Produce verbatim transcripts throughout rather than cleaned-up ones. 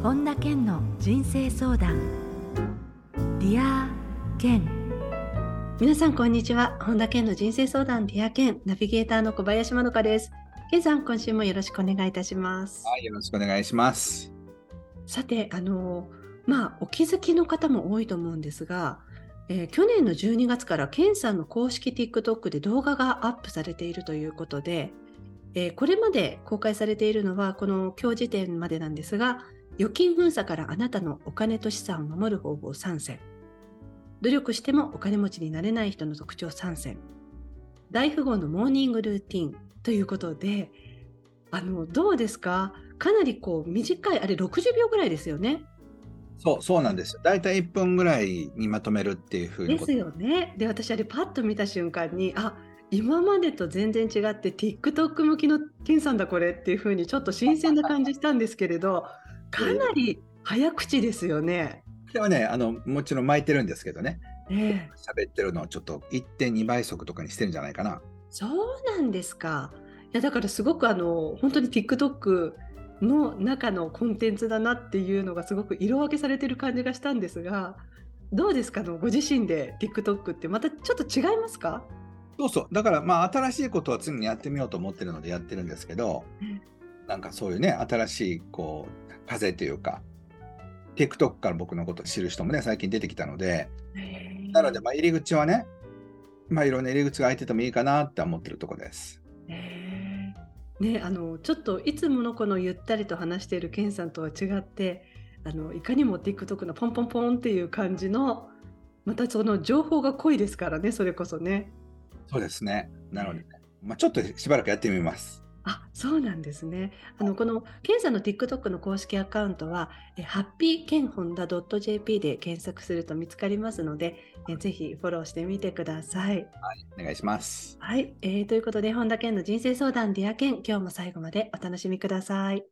本田健の人生相談。ディア健。皆さんこんにちは。本田健の人生相談ディア健ナビゲーターの小林まどかです。健さん、今週もよろしくお願いいたします。 はい、よろしくお願いします。 さて、あのまあお気づきの方も多いと思うんですが、えー、去年のじゅうにがつから健さんの公式 TikTok で動画がアップされているということで、えー、これまで公開されているのはこの今日時点までなんですが、預金封鎖からあなたのお金と資産を守る方法さんせん、努力してもお金持ちになれない人の特徴さんせん、大富豪のモーニングルーティンということで、あのどうですか？かなりこう短い、あれろくじゅうびょうぐらいですよね。 そう、そうなんですよ。だいたいいっぷんぐらいにまとめるっていう風にですよね。で、私あれパッと見た瞬間に、あ、今までと全然違って TikTok 向きの健さんだこれっていう風にちょっと新鮮な感じしたんですけれど、かなり早口ですよね。 これはね、あのもちろん巻いてるんですけどね、 ええ、 喋ってるのをちょっと いってんに 倍速とかにしてるんじゃないかな。 そうなんですか。いやだからすごくあの本当に TikTok の中のコンテンツだなっていうのがすごく色分けされてる感じがしたんですが、どうですか？あのご自身で TikTok ってまたちょっと違いますか？ そうそう。だからまあ新しいことは常にやってみようと思ってるのでやってるんですけど、 うん、 なんかそういうね、新しいこう風というか、TikTok から僕のことを知る人もね、最近出てきたので、なのでまあ入り口はね、まあいろんな入り口が開いててもいいかなって思ってるところです。 へえ。ね、あのちょっといつものこのゆったりと話している健さんとは違って、あのいかにも TikTok のポンポンポンっていう感じの、またその情報が濃いですからね、それこそね。 そうですね。なので、ね、まあ、ちょっとしばらくやってみます。 あ、そうなんですね。あのこの健さんの TikTok の公式アカウントは、えハッピーケンホンダ .jp で検索すると見つかりますので、えぜひフォローしてみてください。 はい、お願いします。 はい、えー、ということで本田健の人生相談ディア健、今日も最後までお楽しみください。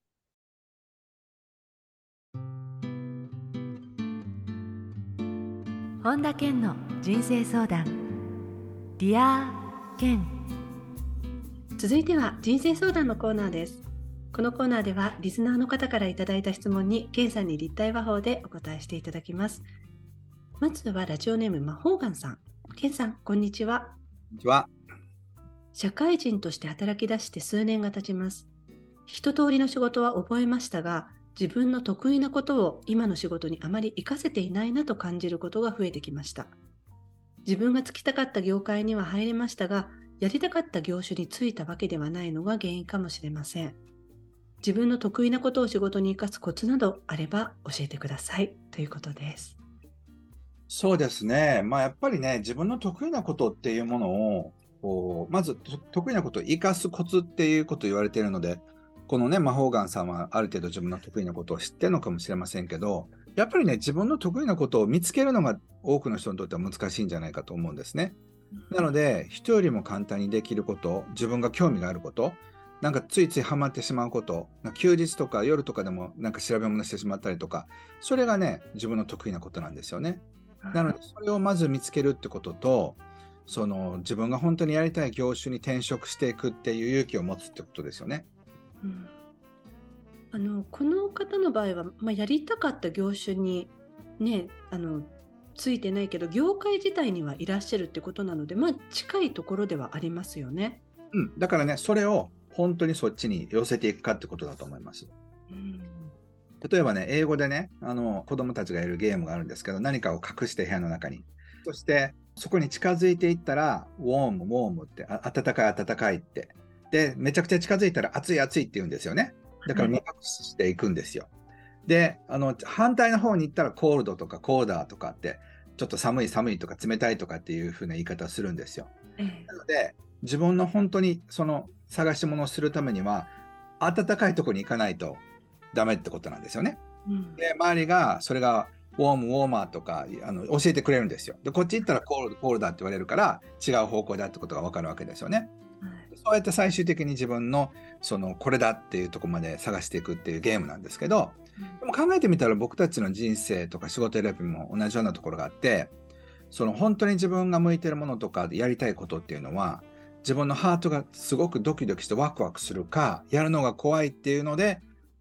本田健の人生相談ディア健。続いては人生相談のコーナーです。このコーナーではリスナーの方からいただいた質問に健さんに立体話法でお答えしていただきます。まずはラジオネームマホーガンさん。健さん、こんにちは。 こんにちは。 社会人として働き出して数年が経ちます。一通りの仕事は覚えましたが、自分の得意なことを今の仕事にあまり活かせていないなと感じることが増えてきました。自分が就きたかった業界には入れましたが、やりたかった業種に就いたわけではないのが原因かもしれません。自分の得意なことを仕事に生かすコツなどあれば教えてくださいということです。 そうですね。まあやっぱりね、自分の得意なことっていうものを、こうまず得意なことを生かすコツっていうことを言われているので、このね、マホーガンさんはある程度自分の得意なことを知ってるのかもしれませんけど、やっぱりね、自分の得意なことを見つけるのが多くの人にとっては難しいんじゃないかと思うんですね。なので、人よりも簡単にできること、自分が興味があること、なんかついついハマってしまうこと、休日とか夜とかでもなんか調べ物してしまったりとか、それがね、自分の得意なことなんですよね。なので、それをまず見つけるってことと、その自分が本当にやりたい業種に転職していくっていう勇気を持つってことですよね。 うん、あのこの方の場合は、まあ、やりたかった業種にね、あのついてないけど業界自体にはいらっしゃるってことなので、まあ、近いところではありますよね。 うん、だからね、それを本当にそっちに寄せていくかってことだと思います。 うん、 例えばね、英語でね、あの子供たちがやるゲームがあるんですけど、何かを隠して部屋の中に。そしてそこに近づいていったら、ウォーム、ウォームって、あ暖かい、暖かいって。で、めちゃくちゃ近づいたら、暑い、暑いって言うんですよね。だから目隠ししていくんですよ。で、あの反対の方に行ったら、コールドとかコーダーとかって、ちょっと寒い、寒いとか冷たいとかっていう風な言い方をするんですよ。 ええ、 なので、自分の本当にその探し物をするためには、暖かいところに行かないとダメってことなんですよね。 うん、 で、周りがそれがウォーム、ウォーマーとかあの教えてくれるんですよ。で、こっち行ったらコールド、コールだって言われるから違う方向だってことが分かるわけですよね。 はい、 そうやって最終的に自分のそのこれだっていうところまで探していくっていうゲームなんですけど、でも考えてみたら僕たちの人生とか仕事選びも同じようなところがあって、その本当に自分が向いてるものとかやりたいことっていうのは、自分のハートがすごくドキドキしてワクワクするか、やるのが怖いっていうので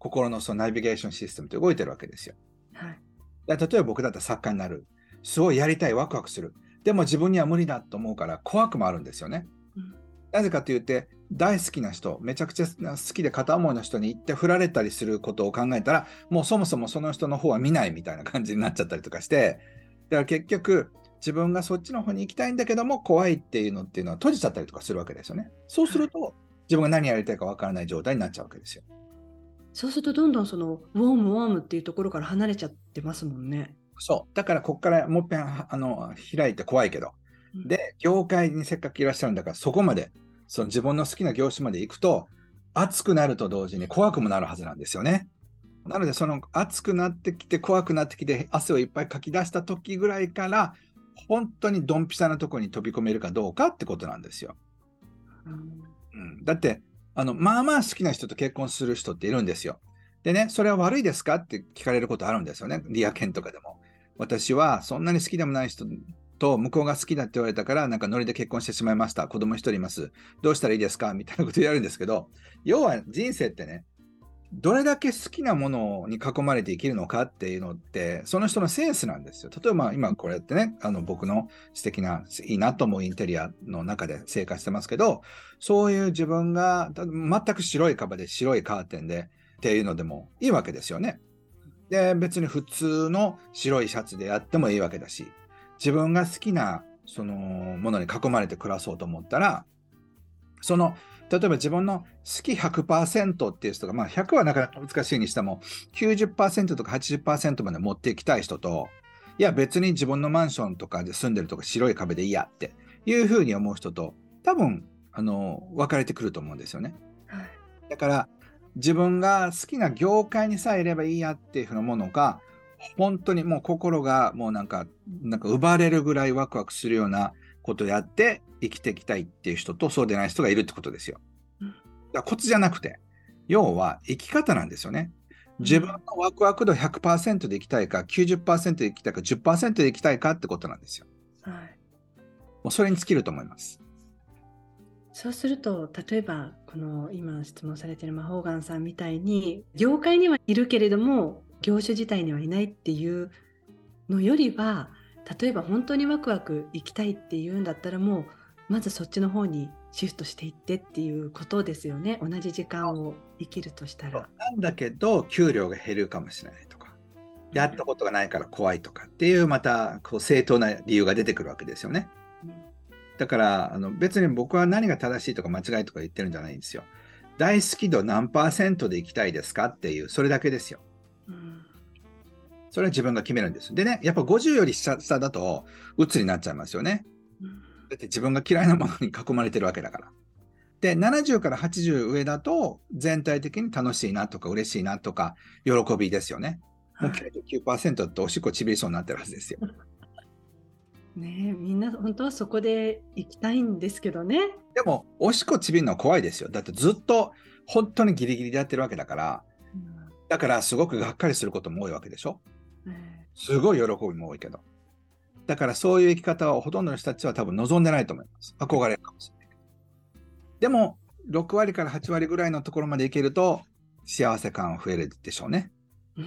心のそのナビゲーションシステムって動いてるわけですよ。 はい。 例えば僕だったら作家になる。すごいやりたい、ワクワクする。でも自分には無理だと思うから怖くもあるんですよね。 うん、 なぜかというと、大好きな人、めちゃくちゃ好きで片思いの人に行って振られたりすることを考えたら、もうそもそもその人の方は見ないみたいな感じになっちゃったりとかして、だから結局、自分がそっちの方に行きたいんだけども、怖いっていうのっていうのは閉じちゃったりとかするわけですよね。そうすると、自分が何やりたいかわからない状態になっちゃうわけですよ。 そうするとどんどんそのウォームウォームっていうところから離れちゃってますもんね。 そう。だから、ここからもう一遍あの開いて怖いけど。 うん、 で、業界にせっかくいらっしゃるんだから、そこまで、その自分の好きな業種まで行くと、熱くなると同時に怖くもなるはずなんですよね。なので、その熱くなってきて、怖くなってきて、汗をいっぱいかき出した時ぐらいから、本当にドンピシャなところに飛び込めるかどうかってことなんですよ。 うん、 うん、だって、あの、まあまあ好きな人と結婚する人っているんですよ。でね、それは悪いですかって聞かれることあるんですよね。リア研とかでも。私はそんなに好きでもない人と向こうが好きだって言われたから、なんかノリで結婚してしまいました。子供一人います。どうしたらいいですかみたいなこと言われるんですけど、要は人生ってね、どれだけ好きなものに囲まれて生きるのかっていうのって、その人のセンスなんですよ。例えば今これってね、あの僕の素敵な、いいなと思うインテリアの中で生活してますけど、そういう自分が全く白い壁で白いカーテンでっていうのでもいいわけですよね。で、別に普通の白いシャツでやってもいいわけだし、自分が好きなそのものに囲まれて暮らそうと思ったら、その例えば自分の好き ひゃくパーセント っていう人が、まあ、ひゃくはなかなか難しいにしても きゅうじゅっパーセント とか はちじゅっパーセント まで持っていきたい人と、いや別に自分のマンションとかで住んでるとか白い壁でいいやっていうふうに思う人と多分あの分かれてくると思うんですよね。 はい、 だから自分が好きな業界にさえいればいいやっていうふうなものが本当にもう心がもうなんかなんか奪われるぐらいワクワクするようなことをやって生きていきたいっていう人とそうでない人がいるってことですよ。 うん、 だからコツじゃなくて、要は生き方なんですよね。自分のワクワク度 ひゃくパーセント で生きたいか、きゅうじゅっパーセント で生きたいか、じゅっパーセント で生きたいかってことなんですよ。 はい。 もうそれに尽きると思います。 そうすると、例えばこの今質問されているマホーガンさんみたいに業界にはいるけれども業種自体にはいないっていうのよりは、例えば本当にワクワク行きたいっていうんだったら、もうまずそっちの方にシフトしていってっていうことですよね。同じ時間を生きるとしたら。 なんだけど、給料が減るかもしれないとか、やったことがないから怖いとかっていう、またこう正当な理由が出てくるわけですよね。 うん、 だからあの別に僕は何が正しいとか間違いとか言ってるんじゃないんですよ。大好き度何パーセントで生きたいですかっていう、それだけですよ。 うん、 それは自分が決めるんです。でね、やっぱごじゅうより下だと鬱になっちゃいますよね。 うん、 だって自分が嫌いなものに囲まれてるわけだから。で、ななじゅうからはちじゅう上だと全体的に楽しいなとか嬉しいなとか喜びですよね。もうはい。 きゅうじゅうきゅうパーセントっておしっこちびりそうになってるはずですよ。 ねえ、みんな本当はそこで行きたいんですけどね。 でも、おしっこちびるのは怖いですよ。だってずっと本当にギリギリでやってるわけだから、 うん、 だからすごくがっかりすることも多いわけでしょ。 えすごい喜びも多いけど。だからそういう生き方をほとんどの人たちは多分望んでないと思います。憧れるかもしれない。でも、ろく割からはち割ぐらいのところまでいけると、幸せ感増えるでしょうね。 ー、うん、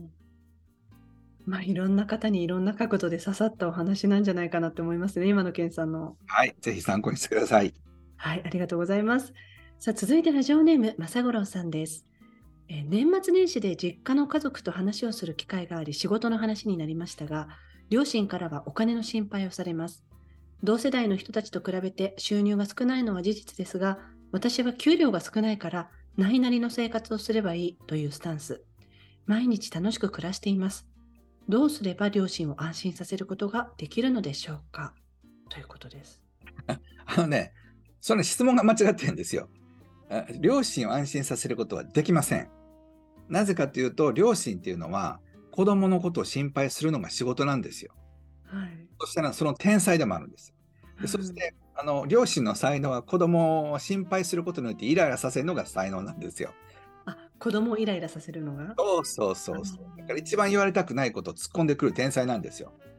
まあいろんな方にいろんな角度で刺さったお話なんじゃないかなって思いますね、今のケンさんの。 はい、ぜひ参考にしてください。 はい、ありがとうございます。さあ、続いてラジオネーム、正五郎さんです。えー年末年始で実家の家族と話をする機会があり、仕事の話になりましたが、両親からはお金の心配をされます。同世代の人たちと比べて収入が少ないのは事実ですが、私は給料が少ないから、ないなりの生活をすればいいというスタンス。毎日楽しく暮らしています。どうすれば両親を安心させることができるのでしょうか、ということです。 あのね、その質問が間違ってるんですよ。あ両親を安心させることはできません。なぜかというと、両親っていうのは子供のことを心配するのが仕事なんですよ。 はい。 そしたらその天才でもあるんです。でそしうん、 てあの両親の才能は子供を心配することによってイライラさせるのが才能なんですよ。 あ、子供をイライラさせるのが。 そうそうそうそう。だから一番言われたくないことを突っ込んでくる天才なんですよ。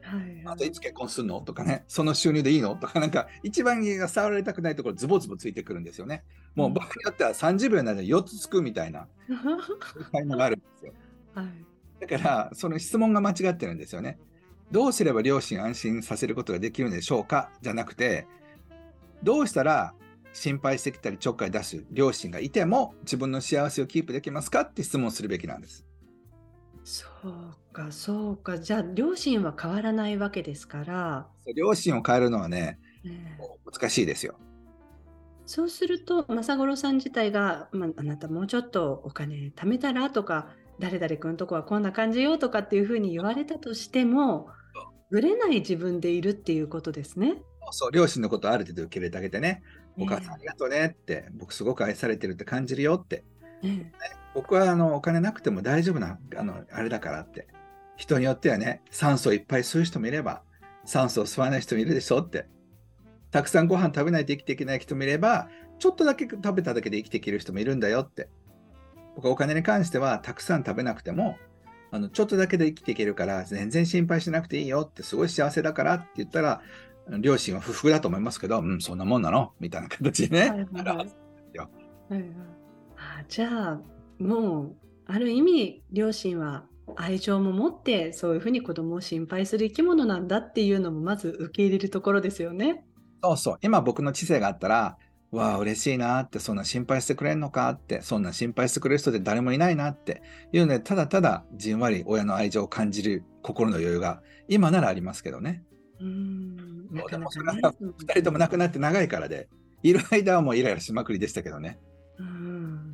はいはい。 あといつ結婚するのとかね、その収入でいいのとか、なんか一番触られたくないところズボズボついてくるんですよね。もう場合によってはさんじゅうびょうの間でよっつつくみたいな才能があるんですよ。 はい。 だからその質問が間違ってるんですよね。どうすれば両親安心させることができるんでしょうかじゃなくて、どうしたら心配してきたりちょっかい出す両親がいても自分の幸せをキープできますかって質問するべきなんです。 そうか、そうか。じゃあ、両親は変わらないわけですから、 両親を変えるのはね、 ね、 難しいですよ。 そうすると、正五郎さん自体が、まあ、あなたもうちょっとお金貯めたらとか、誰々君とこはこんな感じよとかっていうふうに言われたとしても、ぶれない自分でいるっていうことですね。 そう、両親のことをある程度受け入れてあげてね、お母さんあねりがとうねって、僕すごく愛されてるって感じるよって、 え、ね僕はあのお金なくても大丈夫なあのあれだからって、人によってはね、酸素をいっぱい吸う人もいれば、酸素を吸わない人もいるでしょって、たくさんご飯食べないと生きていけない人もいれば、ちょっとだけ食べただけで生きていける人もいるんだよって、僕はお金に関してはたくさん食べなくても、あのちょっとだけで生きていけるから全然心配しなくていいよって、すごい幸せだからって言ったら、両親は不服だと思いますけど、うん、そんなもんなのみたいな形でえ、 ね、 はいはいあるははい。 ずですよ。 はいはい。あ、じゃあ、もう、ある意味、両親は愛情も持って、そういうふうに子供を心配する生き物なんだっていうのも、まず受け入れるところですよね。 そうそう、今僕の知性があったら、わあ、嬉しいなって、そんな心配してくれんのかって、そんな心配してくれる人で誰もいないなっていうので、ただただじんわり親の愛情を感じる心の余裕が今ならありますけどね。 うーん、なそうでかなかね。 もそれはふたりとも亡くなって長いからで、いる間はもうイライラしまくりでしたけどね。 うん、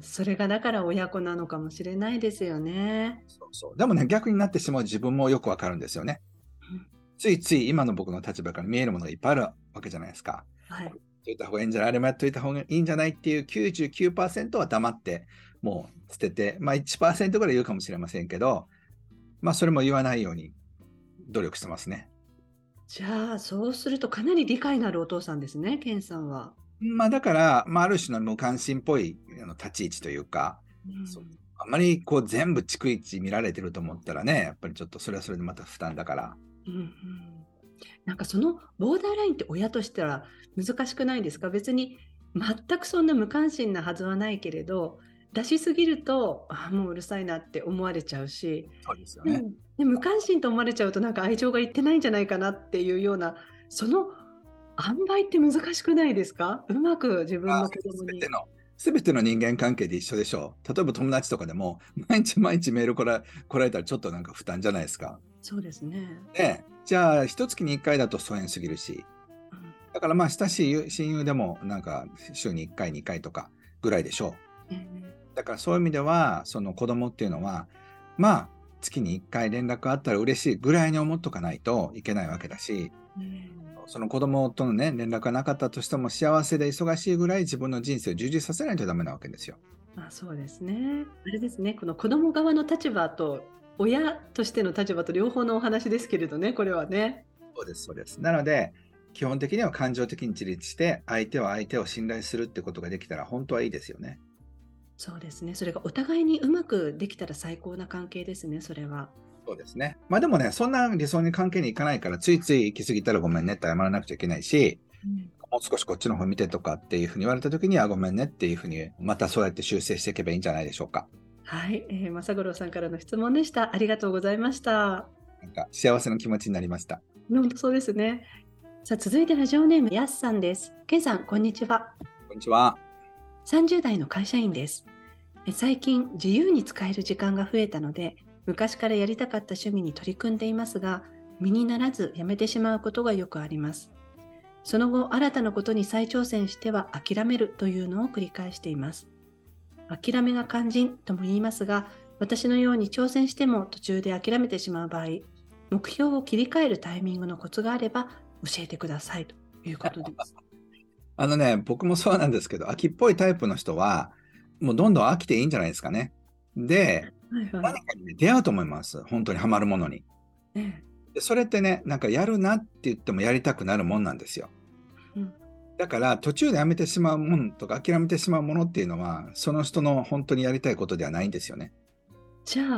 それがだから親子なのかもしれないですよね。 そうそう。でもね、逆になってしまう自分もよくわかるんですよね。 うん、 ついつい今の僕の立場から見えるものがいっぱいあるわけじゃないですか。 はい。 これやっといた方がいいんじゃない、あれもやっといた方がいいんじゃないっていうきゅうじゅうきゅうパーセントは黙ってもう捨てて、まあいちパーセントぐらい言うかもしれませんけど、まあそれも言わないように努力してますね。 じゃあ、そうするとかなり理解のあるお父さんですね、ケンさんは。 まあだから、まあある種の無関心っぽいあの立ち位置というか、 うそうん。 あんまりこう全部逐一見られてると思ったらね、やっぱりちょっとそれはそれでまた負担だから。 うんうん。なんかそのボーダーラインって親としては難しくないですか？別に全くそんな無関心なはずはないけれど、出しすぎると、あ、もううるさいなって思われちゃうし、 そうですよね。 でも、で、無関心と思われちゃうとなんか愛情がいってないんじゃないかなっていうような、その塩梅って難しくないですか？うまく自分の子供に。 すべての、すべての人間関係で一緒でしょう。例えば友達とかでも、毎日毎日メールこら来られたらちょっとなんか負担じゃないですか。 そうですね。 ね、じゃあ、一月にいっかいだと疎遠すぎるし、 うん。 だからまあ、親しい親友でもなんか週にいっかい、にかいとかぐらいでしょえう。 え。 だからそういう意味では、その子供っていうのは、まあ、月にいっかい連絡あったら嬉しいぐらいに思っとかないといけないわけだし、 うん。 その子供とのね、連絡がなかったとしても幸せで忙しいぐらい自分の人生を充実させないとダメなわけですよ。 あ、そうですね。あれですね、この子供側の立場と、親としての立場と両方のお話ですけれどね、これはね。 そうです、そうです。なので、基本的には感情的に自立して、相手は相手を信頼するってことができたら本当はいいですよね。 そうですね。それがお互いにうまくできたら最高な関係ですね、それは。 そうですね。まあでもね、そんな理想に関係にいかないから、ついつい行き過ぎたらごめんねって謝らなくちゃいけないし、 うん。 もう少しこっちの方見てとかっていうふうに言われたときにはごめんねっていうふうに、またそうやって修正していけばいいんじゃないでしょうか。 はい、えー、正五郎さんからの質問でした。ありがとうございました。 なんか幸せな気持ちになりました。 本当そうですね。さあ、続いてラジオネームやすさんです。ケンさん、こんにちは。 こんにちは。 さんじゅう代の会社員です。え最近、自由に使える時間が増えたので、昔からやりたかった趣味に取り組んでいますが、身にならずやめてしまうことがよくあります。その後、新たなことに再挑戦しては諦めるというのを繰り返しています。諦めが肝心とも言いますが、私のように挑戦しても途中で諦めてしまう場合、目標を切り替えるタイミングのコツがあれば教えてくださいということです。 あのね、僕もそうなんですけど、秋っぽいタイプの人は、もうどんどん飽きていいんじゃないですかね。で、 はいはい。 何かにね出会うと思います。本当にハマるものに。 えでそれってね、なんかやるなって言ってもやりたくなるもんなんですよ。 え、うん、 だから途中でやめてしまうものとか諦めてしまうものっていうのは、その人の本当にやりたいことではないんですよね。 じゃあ、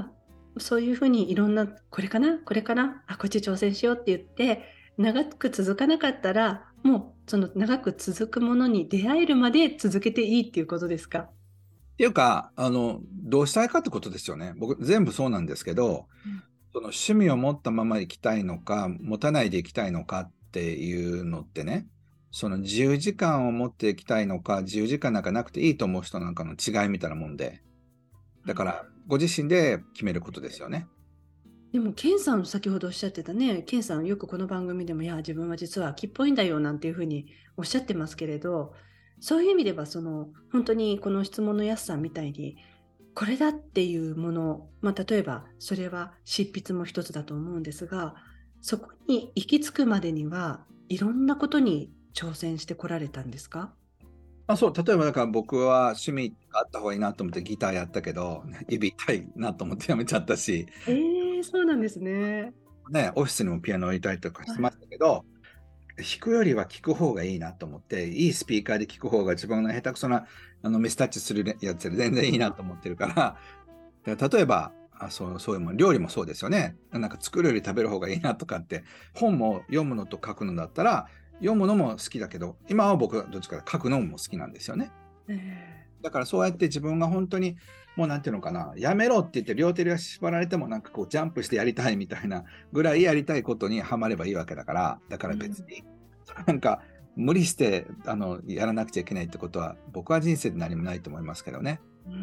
そういうふうにいろんな、これかな、これかな、あ、こっち挑戦しようって言って、長く続かなかったら、もうその長く続くものに出会えるまで続けていいっていうことですか？ っていうか、あの、どうしたいかってことですよね。僕、全部そうなんですけど、 うん。 その趣味を持ったまま行きたいのか、持たないで行きたいのかっていうのってね、その自由時間を持っていきたいのか、自由時間なんかなくていいと思う人なんかの違いみたいなもんで、だから、ご自身で決めることですよね。 でも、ケンさん、先ほどおっしゃってたね、ケンさん、よくこの番組でも、いや、自分は実は秋っぽいんだよなんていうふうにおっしゃってますけれど、そういう意味では、その本当にこの質問のやすさんみたいに、これだっていうもの、まあ、例えばそれは執筆も一つだと思うんですが、そこに行き着くまでにはいろんなことに挑戦してこられたんですか？ まあ、そう、例えばだから僕は趣味があった方がいいなと思ってギターやったけど、指痛いなと思ってやめちゃったし、 えー、そうなんですね。 ね、オフィスにもピアノを置いたりとかしてまあ、 したけど、弾くよりは聴く方がいいなと思って、いいスピーカーで聴く方が自分の下手くそなあのミスタッチするやつより全然いいなと思ってるから、だから例えば、あそう、そういうもん、料理もそうですよね。なんか作るより食べる方がいいなとかって、本も読むのと書くのだったら、読むのも好きだけど、今は僕はどっちか書くのも好きなんですよね。 えだからそうやって自分が本当に、もうなんていうのかな、やめろって言って両手が縛られてもなんかこうジャンプしてやりたいみたいなぐらいやりたいことにはまればいいわけだから、だかーうん。 ら別に、なんか無理してあのやらなくちゃいけないってことは、僕は人生で何もないと思いますけどね。 うん、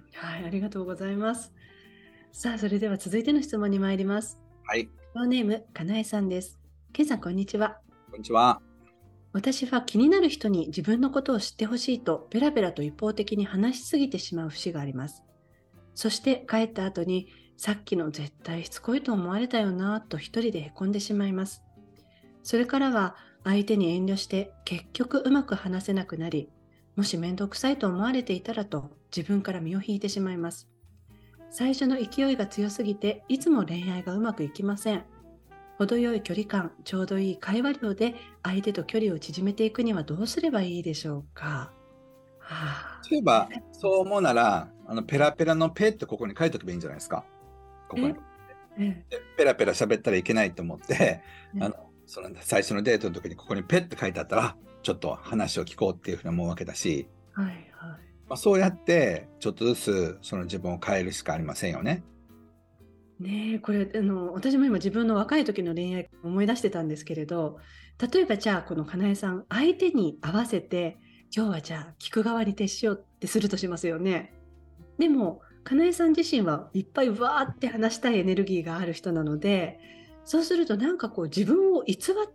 はい、ありがとうございます。さあ、それでは続いての質問に参ります。 はい、 ラジオネーム、かなえさんです。ケンさん、こんにちは。 こんにちは。 私は気になる人に自分のことを知ってほしいと、ペラペラと一方的に話しすぎてしまう節があります。そして帰った後に、さっきの絶対しつこいと思われたよなぁと一人でへこんでしまいます。それからは相手に遠慮して結局うまく話せなくなり、もし面倒くさいと思われていたらと自分から身を引いてしまいます。最初の勢いが強すぎていつも恋愛がうまくいきません。程よい距離感、ちょうどいい会話量で相手と距離を縮めていくにはどうすればいいでしょうか。はあ、 例えば、そう思うなら、あのペラペラのペってここに書いておけばいいんじゃないですか。ここえ、 に。 え、 でペラペラ喋ったらいけないと思って、あえ、 のその最初のデートの時にここにペッて書いてあったら、ちょっと話を聞こうっていうふうに思うわけだし、 はいはい。 まあ、そうやってちょっとずつその自分を変えるしかありませんよね。 ねえ、これ、あの、私も今自分の若い時の恋愛を思い出してたんですけれど、例えばじゃあ、このかなえさん、相手に合わせて、今日はじゃあ聞く側に徹しようってするとしますよね。でも、かなえさん自身はいっぱいわーって話したいエネルギーがある人なので、そうするとなんかこう自分を偽って、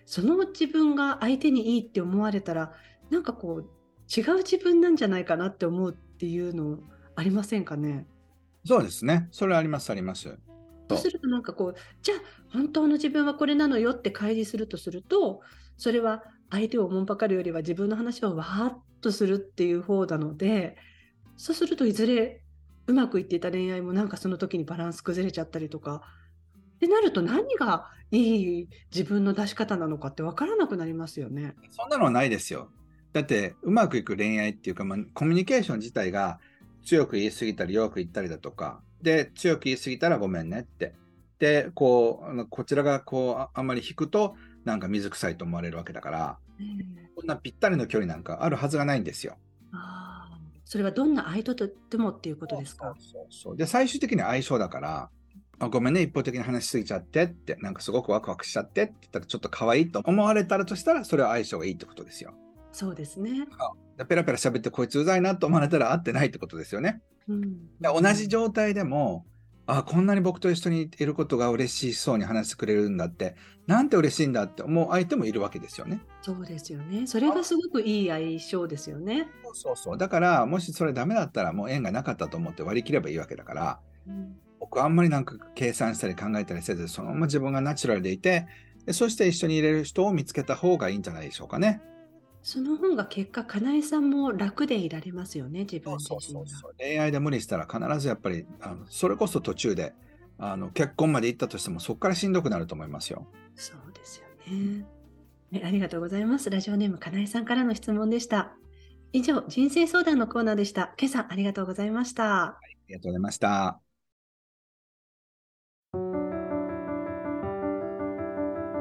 その自分が相手にいいって思われたら、なんかこう違う自分なんじゃないかなって思うっていうのありませんかね？ そうですね。それはあります、あります。そそうするとなんかこう、じゃあ本当の自分はこれなのよって開示するとすると、それは相手をおもんぱかるよりは自分の話をわーっとするっていう方なので、そうするといずれうまくいっていた恋愛もなんかその時にバランス崩れちゃったりとか、ってなると何がいい自分の出し方なのかってわからなくなりますよね。 うそんなのはないですよ。だって、うまくいく恋愛っていうか、まあ、コミュニケーション自体が強く言い過ぎたり弱く言ったりだとか、で、強く言い過ぎたらごめんねって。で、こう、あのこちらがこうあ、あんまり引くと、なんか水臭いと思われるわけだから、 ええ。 こんなぴったりの距離なんかあるはずがないんですよ。 ああ、それはどんな相手とでもっていうことそうですか？ そうそうそう。で、最終的には相性だから、あごめんね、一方的に話しすぎちゃってって、なんかすごくワクワクしちゃってって言ったら、ちょっと可愛いと思われたらとしたら、それは相性がいいってことですよ。 そうですね。 あでペラペラ喋ってこいつうざいなと思われたら合ってないってことですよね。 うん、うで同ん。 じ状態でも、あ、こんなに僕と一緒にいることが嬉しそうに話してくれるんだって、なんて嬉しいんだって思う相手もいるわけですよね。 そうですよね。それがすごくいい相性ですよね。 そうそうそう。だから、もしそれダメだったら、もう縁がなかったと思って割り切ればいいわけだから、 うん。 僕はあんまりなんか計算したり考えたりせず、そのまま自分がナチュラルでいて、でそして一緒にいれる人を見つけた方がいいんじゃないでしょうかね。 その方が結果、かなえさんも楽でいられますよね、自分そうそう自身が。 そうそう。恋愛で無理したら必ずやっぱり、あのそれこそ途中であの結婚まで行ったとしても、そこからしんどくなると思いますよ。 そうですよね。ね、ありがとうございます。ラジオネームかなえさんからの質問でした。以上、人生相談のコーナーでした。今朝ありがとうございました。 ありがとうございました。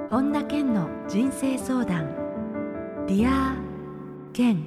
本田健の人生相談。ディア健。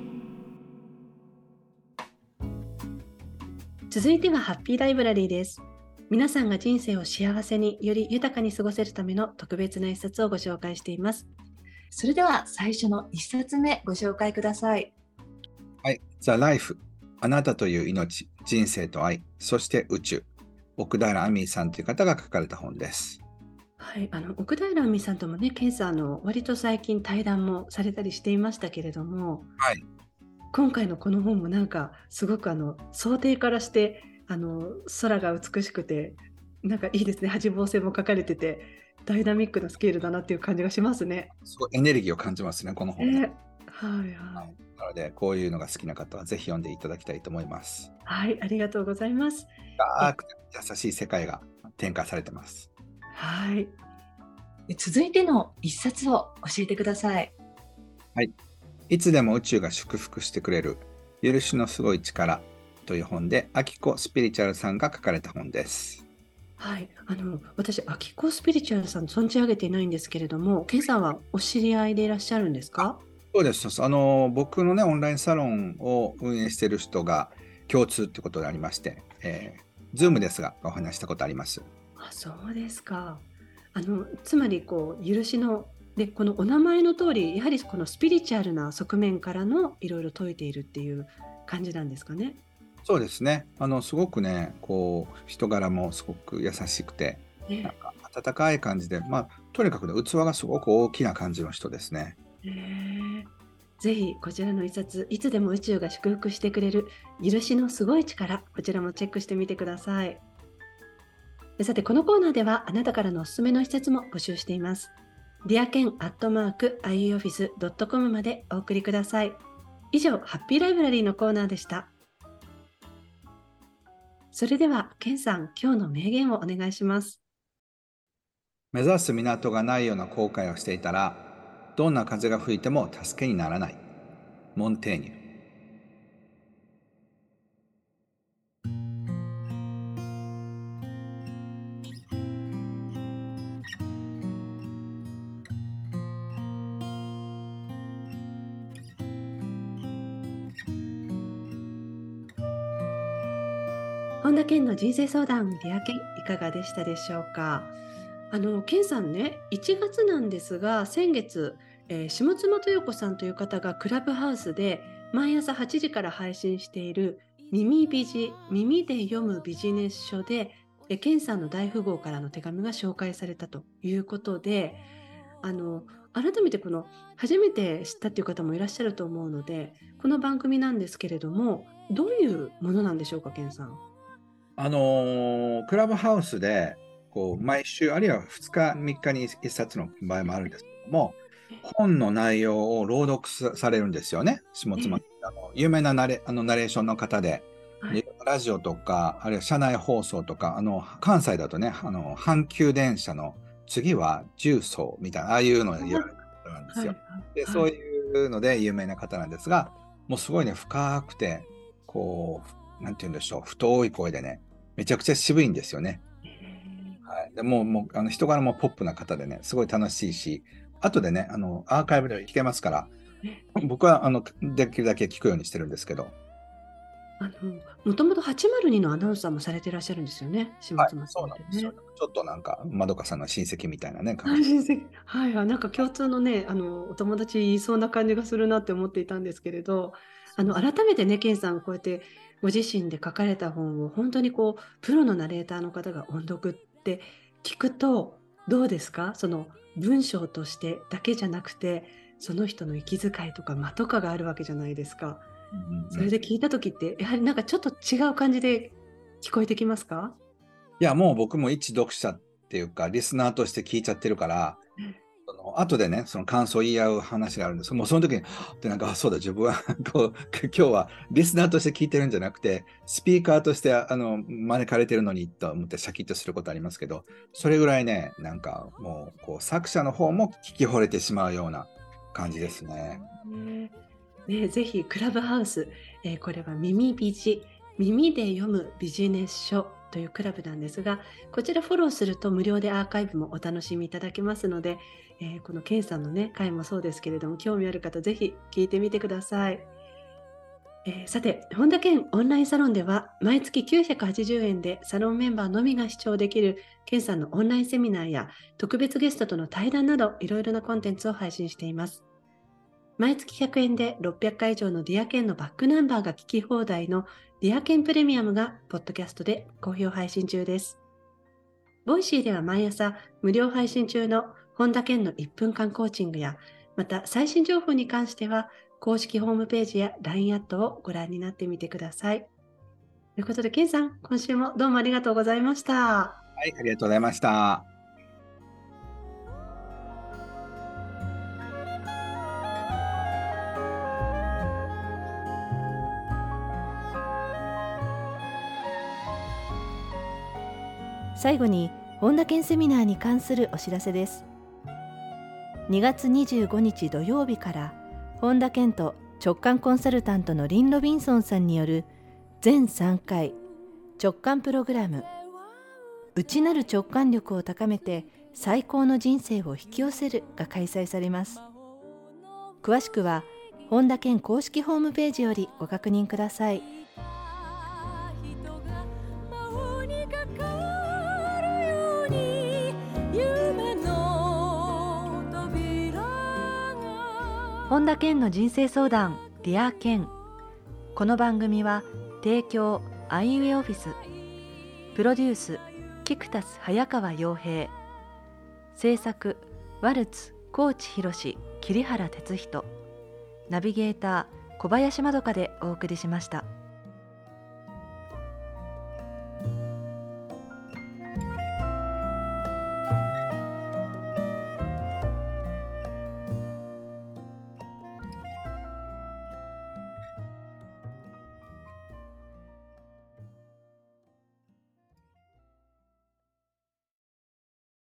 続いてはハッピーライブラリーです。皆さんが人生を幸せにより豊かに過ごせるための特別な一冊をご紹介しています。それでは最初の一冊目ご紹介ください。 はい、The Life あなたという命、人生と愛、そして宇宙、奥平亜美さんという方が書かれた本です。 はい、あの奥平亜美さんともね、ケンさん、あの割と最近対談もされたりしていましたけれども、 はい、 今回のこの本もなんかすごくあの想定からしてあの空が美しくて、なんかいいですね。八芒星も書かれてて、ダイナミックなスケールだなっていう感じがしますね。 すごいエネルギーを感じますね、この本ね。 ね、はいはい。 なので、こういうのが好きな方はぜひ読んでいただきたいと思います。 はい、ありがとうございます。え深くて優しい世界が展開されてます。 はい。続いての一冊を教えてください。 はい。いつでも宇宙が祝福してくれる許しのすごい力という本で、アキコスピリチュアルさんが書かれた本です。 はい、あの私、アキコスピリチュアルさん存じ上げていないんですけれども、ケンさんはお知り合いでいらっしゃるんですか？ そうです。あの、僕のね、オンラインサロンを運営している人が共通ってことでありまして、えー、ズームですが、お話したことあります。 あ、そうですか。あのつまりこう許しので、このお名前の通り、やはりこのスピリチュアルな側面からのいろいろ説いているっていう感じなんですかね。 そうですね。あの、すごくね、こう、人柄もすごく優しくて、なんねか温かい感じで、まあ、とにかくね、器がすごく大きな感じの人ですね。 えーぜひこちらの一冊、いつでも宇宙が祝福してくれる許しのすごい力、こちらもチェックしてみてください。さて、このコーナーではあなたからのおすすめの一冊も募集しています。ディアケンアットマーク アイイーオフィスドットコム までお送りください。以上、ハッピーライブラリーのコーナーでした。それでは、ケンさん、今日の名言をお願いします。 目指す港がないような後悔をしていたら、どんな風が吹いても助けにならない。モンテーニュ。 本田健の人生相談、ディアケン、いかがでしたでしょうか。あの、ケンさんね、いちがつなんですが、先月、えー下妻豊子さんという方がクラブハウスで毎朝はちじから配信している耳ビジ、耳で読むビジネス書で、えーケンさんの大富豪からの手紙が紹介されたということで、あの、改めてこの初めて知ったっていう方もいらっしゃると思うので、この番組なんですけれども、どういうものなんでしょうか、ケンさん。 あのークラブハウスで、こう、毎週、あるいはふつか、みっかにいっさつの場合もあるんですけども、本の内容を朗読さされるんですよね。下妻、 えあの有名なナレ、あのナレーションの方で、 はい、 でラジオとか、あるいは車内放送とか、あの、関西だとね、あの、阪急電車の次は重曹みたいな、ああいうのを言われる方なんですよ。 はい、 で、 はい、 そういうので有名な方なんですが、もうすごいね、深くて、こう、なんて言うんでしょう、太い声でね、めちゃくちゃ渋いんですよね。 えはい。でもう、もう、あの、人柄もポップな方でね、すごい楽しいし、後でね、あの、アーカイブで聞けますから、 ーえ僕は、あの、できるだけ聞くようにしてるんですけど、 あの、もともとはちまるにのアナウンサーもされていらっしゃるんですよね、下はい、 妻さそうんってね。 なんですよ。ちょっとなんか、まどかさんの親戚みたいなね、感はい、 じ。 親戚はいはい、なんか共通のね、あの、お友達いそうな感じがするなって思っていたんですけれど、あの、改めてね、ケンさん、こうやってご自身で書かれた本を、本当にこう、プロのナレーターの方が音読って聞くと、どうですか？その文章としてだけじゃなくて、その人の息遣いとか間とかがあるわけじゃないですか。 うんうんうん。 それで聞いた時って、やはりなんかちょっと違う感じで聞こえてきますか？ いや、もう僕も一読者っていうか、リスナーとして聞いちゃってるから、その後でね、その感想を言い合う話があるんです。もうその時に、はっってなんか、あそうだ、自分はこう今日はリスナーとして聞いてるんじゃなくて、スピーカーとしてあの招かれてるのにと思ってシャキッとすることありますけど、それぐらいね、なんかもうこう作者の方も聞き惚れてしまうような感じですね。 ねね、ぜひクラブハウス、えーこれは耳ビジ、耳で読むビジネス書というクラブなんですが、こちらフォローすると無料でアーカイブもお楽しみいただけますので、えーこのケンさんのね、回もそうですけれども、興味ある方ぜひ聞いてみてください。えーさて、本田健オンラインサロンでは、毎月きゅうひゃくはちじゅうえんでサロンメンバーのみが視聴できる健さんのオンラインセミナーや特別ゲストとの対談など、いろいろなコンテンツを配信しています。毎月ひゃくえんでろっぴゃっかい以上のディアケンのバックナンバーが聞き放題のディアケンプレミアムがポッドキャストで好評配信中です。ボイシーでは毎朝無料配信中の本田健のいっぷんかんコーチングや、また最新情報に関しては公式ホームページや ライン アットをご覧になってみてください。ということで、健さん、今週もどうもありがとうございました。 はい、ありがとうございました。 最後に本田健セミナーに関するお知らせです。にがつにじゅうごにち土曜日から本田健と直感コンサルタントのリン・ロビンソンさんによる全さんかい直感プログラム、内なる直感力を高めて最高の人生を引き寄せるが開催されます。詳しくは本田健公式ホームページよりご確認ください。本田健の人生相談ディア健。この番組は提供アイウェイオフィス、プロデュースキクタス早川洋平、制作ワルツ高知博桐原哲人、ナビゲーター小林まどかでお送りしました。